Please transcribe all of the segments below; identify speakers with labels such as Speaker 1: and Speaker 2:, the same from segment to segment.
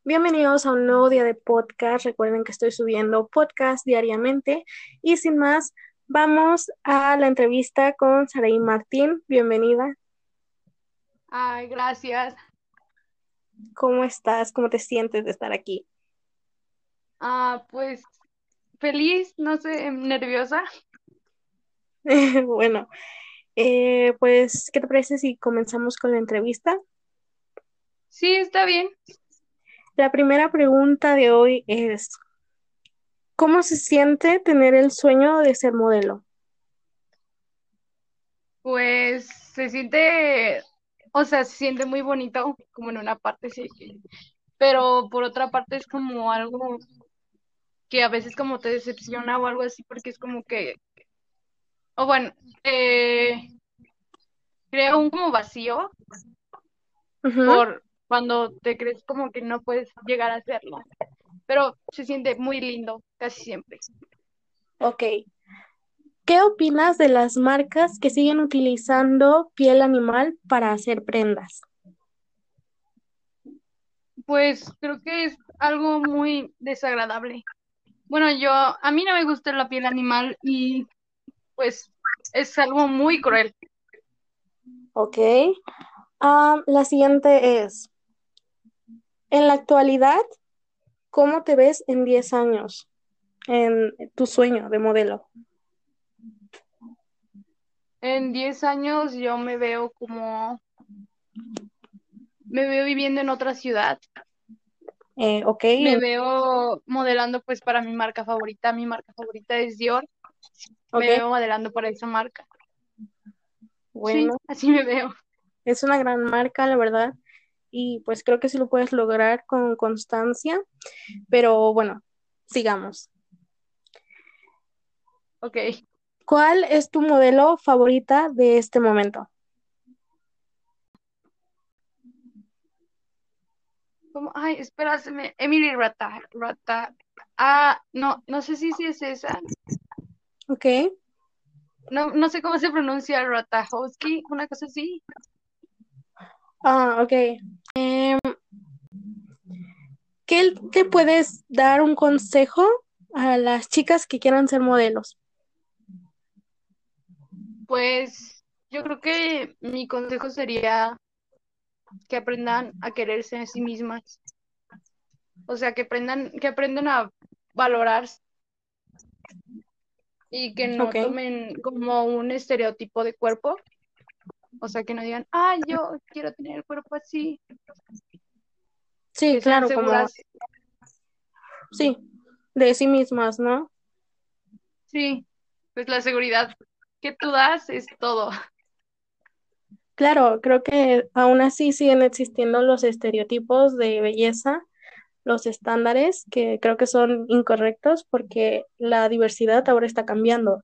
Speaker 1: Bienvenidos a un nuevo día de podcast. Recuerden que estoy subiendo podcast diariamente y sin más, vamos a la entrevista con Saraí Martín. Bienvenida.
Speaker 2: Ay, gracias.
Speaker 1: ¿Cómo estás? ¿Cómo te sientes de estar aquí?
Speaker 2: Pues feliz, no sé, nerviosa.
Speaker 1: Bueno, pues, ¿qué te parece si comenzamos con la entrevista?
Speaker 2: Sí, está bien.
Speaker 1: La primera pregunta de hoy es, ¿cómo se siente tener el sueño de ser modelo?
Speaker 2: Pues se siente, o sea, se siente muy bonito, como en una parte sí, pero por otra parte es como algo que a veces como te decepciona o algo así, porque es como que, o bueno, crea un como vacío
Speaker 1: Ujú.
Speaker 2: por cuando te crees como que no puedes llegar a hacerlo, pero se siente muy lindo casi siempre.
Speaker 1: Ok. ¿Qué opinas de las marcas que siguen utilizando piel animal para hacer prendas?
Speaker 2: Pues creo que es algo muy desagradable. Bueno, a mí no me gusta la piel animal y pues es algo muy cruel.
Speaker 1: Ok. La siguiente es, en la actualidad, ¿cómo te ves en 10 años en tu sueño de modelo?
Speaker 2: En 10 años yo me veo viviendo en otra ciudad,
Speaker 1: Ok,
Speaker 2: me veo modelando pues para mi marca favorita es Dior, me
Speaker 1: ok,
Speaker 2: veo modelando para esa marca. Sí,
Speaker 1: bueno,
Speaker 2: así me veo.
Speaker 1: es una gran marca, la verdad, y pues creo que sí lo puedes lograr con constancia, pero bueno, sigamos.
Speaker 2: Ok.
Speaker 1: ¿Cuál es tu modelo favorita de este momento?
Speaker 2: Ay, espera, Emily Rata. No, no sé si es esa.
Speaker 1: Ok,
Speaker 2: No, no sé cómo se pronuncia Ratajkowski, una cosa así.
Speaker 1: ok. Em, ¿qué puedes dar un consejo a las chicas que quieran ser modelos?
Speaker 2: Pues yo creo que mi consejo sería que aprendan a quererse a sí mismas. O sea, que aprendan a valorarse y que no
Speaker 1: Ok,
Speaker 2: tomen como un estereotipo de cuerpo. O sea, que no digan, yo quiero tener el cuerpo así.
Speaker 1: sí,
Speaker 2: Que sean
Speaker 1: claro, como,
Speaker 2: seguras.
Speaker 1: sí, de sí mismas, ¿no?
Speaker 2: Sí, pues la seguridad que tú das es todo.
Speaker 1: Claro, creo que aún así siguen existiendo los estereotipos de belleza, los estándares, que creo que son incorrectos porque la diversidad ahora está cambiando.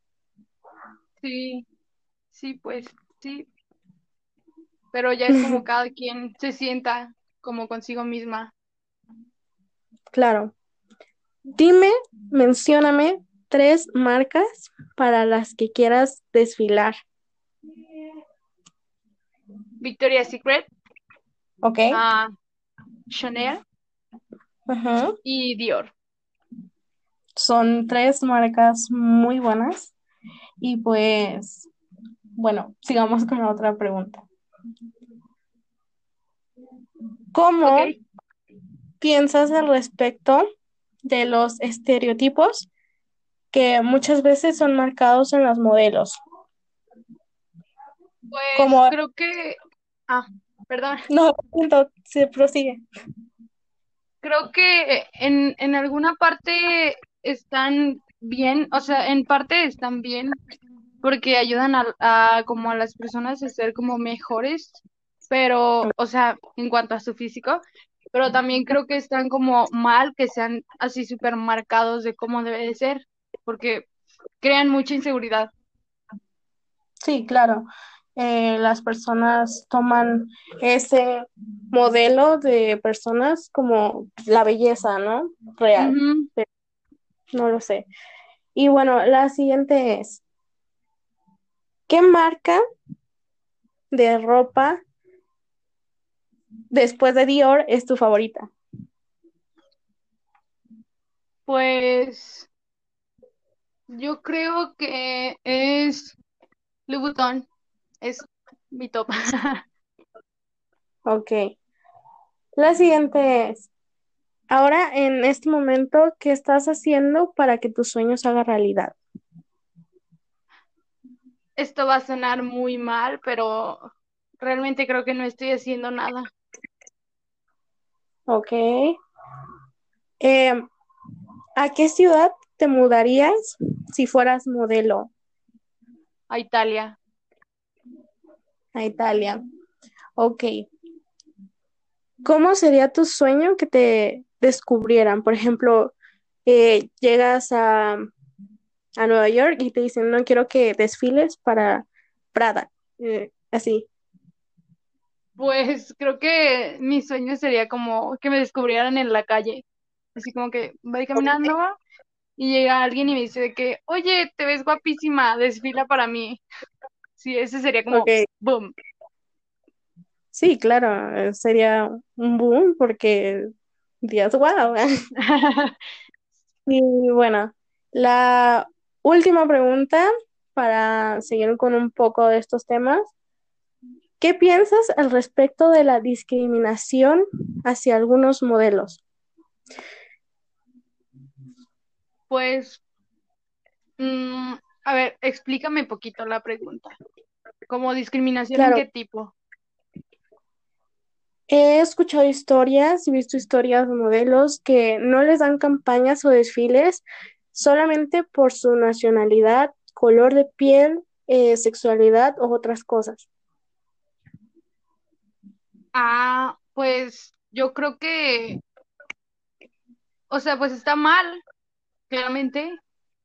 Speaker 2: Sí, sí, pues sí. Pero ya es como cada quien se sienta como consigo misma.
Speaker 1: Claro. Dime, mencióname tres marcas para las que quieras desfilar.
Speaker 2: Victoria's Secret,
Speaker 1: ¿Ok?
Speaker 2: ah, Chanel
Speaker 1: Ajá.
Speaker 2: y Dior.
Speaker 1: Son tres marcas muy buenas. Y pues, bueno, sigamos con la otra pregunta.
Speaker 2: Ok,
Speaker 1: ¿Cómo piensas al respecto de los estereotipos que muchas veces son marcados en los modelos?
Speaker 2: pues
Speaker 1: Como,
Speaker 2: creo que, ah, perdón,
Speaker 1: no, siento, se prosigue.
Speaker 2: creo que en alguna parte están bien, o sea, en parte están bien porque ayudan a como a las personas a ser como mejores, pero, o sea, en cuanto a su físico, pero también creo que están como mal que sean así súper marcados de cómo debe de ser, porque crean mucha inseguridad.
Speaker 1: Sí, claro. Las personas toman ese modelo de personas como la belleza, ¿no? Real.
Speaker 2: Ujú.
Speaker 1: Pero no lo sé. Y bueno, la siguiente es, ¿qué marca de ropa después de Dior es tu favorita?
Speaker 2: Pues yo creo que es Louboutin, es mi top.
Speaker 1: Ok. La siguiente es, ahora en este momento, ¿qué estás haciendo para que tus sueños se hagan realidad?
Speaker 2: Esto va a sonar muy mal, pero realmente creo que no estoy haciendo nada.
Speaker 1: Ok. Em, ¿A qué ciudad te mudarías si fueras modelo?
Speaker 2: A Italia.
Speaker 1: A Italia. Ok. ¿Cómo sería tu sueño que te descubrieran? Por ejemplo, llegas a Nueva York y te dicen, no quiero que desfiles para Prada. Así.
Speaker 2: Pues creo que mi sueño sería como que me descubrieran en la calle. Así como que voy caminando y llega alguien y me dice de que, oye, te ves guapísima, desfila para mí. Sí, ese sería como,
Speaker 1: Ok.
Speaker 2: boom.
Speaker 1: Sí, claro, sería un boom porque Dios, wow. Y bueno, la última pregunta para seguir con un poco de estos temas. ¿Qué piensas al respecto de la discriminación hacia algunos modelos?
Speaker 2: Pues, mm, a ver, explícame poquito la pregunta. ¿Como discriminación en
Speaker 1: Claro,
Speaker 2: qué tipo?
Speaker 1: he escuchado historias y visto historias de modelos que no les dan campañas o desfiles solamente por su nacionalidad, color de piel, sexualidad u otras cosas.
Speaker 2: Ah, pues yo creo que, o sea, pues está mal, claramente,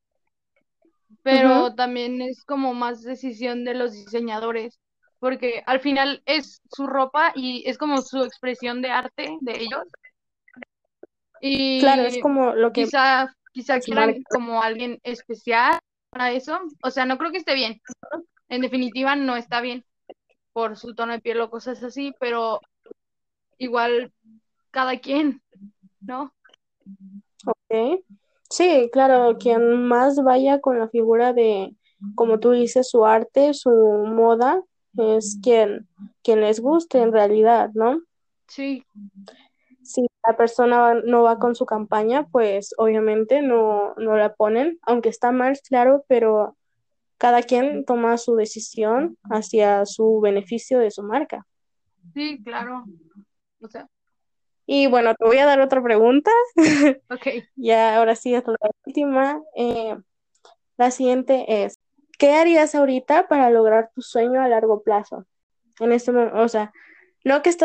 Speaker 1: Ujú.
Speaker 2: pero también es como más decisión de los diseñadores, porque al final es su ropa y es como su expresión de arte de ellos
Speaker 1: Claro, es
Speaker 2: y
Speaker 1: como lo que
Speaker 2: quizá
Speaker 1: las marcas.
Speaker 2: quieran como alguien especial para eso, o sea, no creo que esté bien, en definitiva no está bien por su tono de piel o cosas así, pero igual cada quien, ¿no?
Speaker 1: ¿Ok? Sí, claro, quien más vaya con la figura de, como tú dices, su arte, su moda, es quien les guste en realidad, ¿no?
Speaker 2: Sí,
Speaker 1: Si la persona no va con su campaña, pues obviamente no la ponen, aunque está mal, claro, pero cada quien toma su decisión hacia su beneficio de su marca.
Speaker 2: sí, claro, o sea,
Speaker 1: Y bueno, te voy a dar otra pregunta.
Speaker 2: ok.
Speaker 1: Ya, ahora sí es la última. La siguiente es, ¿qué harías ahorita para lograr tu sueño a largo plazo? En este momento, o sea, no que estás,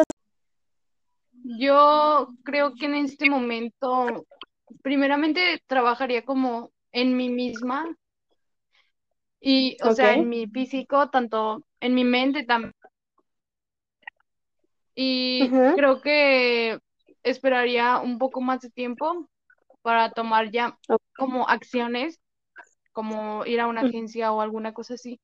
Speaker 2: Yo creo que en este momento, primeramente trabajaría como en mí misma y, o
Speaker 1: ok,
Speaker 2: sea, en mi físico, tanto en mi mente también. Y
Speaker 1: ujú,
Speaker 2: creo que esperaría un poco más de tiempo para tomar ya
Speaker 1: ok,
Speaker 2: como acciones, como ir a una agencia o alguna cosa así.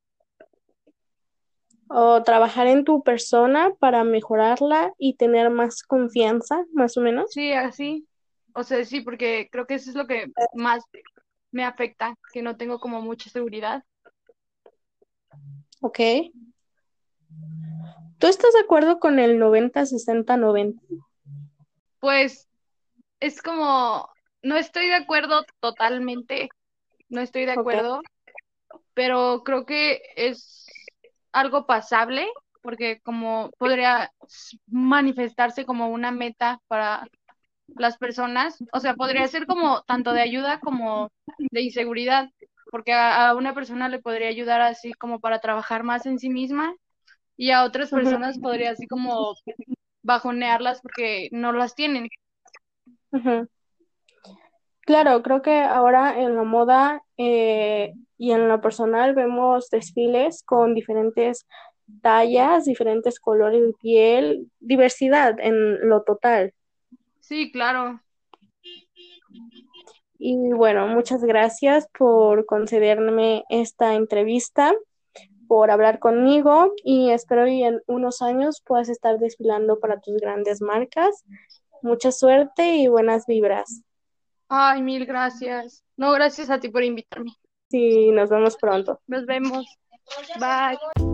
Speaker 1: o trabajar en tu persona para mejorarla y tener más confianza, más o menos,
Speaker 2: Sí, así. O sea, sí, porque creo que eso es lo que más me afecta, que no tengo como mucha seguridad.
Speaker 1: ok. ¿Tú estás de acuerdo con el 90-60-90?
Speaker 2: Pues es como, no estoy de acuerdo totalmente, no estoy de
Speaker 1: Ok,
Speaker 2: acuerdo, pero creo que es algo pasable, porque como podría manifestarse como una meta para las personas, o sea, podría ser como tanto de ayuda como de inseguridad, porque a una persona le podría ayudar así como para trabajar más en sí misma y a otras
Speaker 1: ujú,
Speaker 2: personas podría así como bajonearlas porque no las tienen.
Speaker 1: ujú. Claro, creo que ahora en la moda y en lo personal vemos desfiles con diferentes tallas, diferentes colores de piel, diversidad en lo total.
Speaker 2: Sí, claro.
Speaker 1: Y bueno, muchas gracias por concederme esta entrevista, por hablar conmigo y espero y en unos años puedas estar desfilando para tus grandes marcas. Mucha suerte y buenas vibras.
Speaker 2: Ay, mil gracias. No, gracias a ti por invitarme.
Speaker 1: Sí, nos vemos pronto.
Speaker 2: Nos vemos. Bye.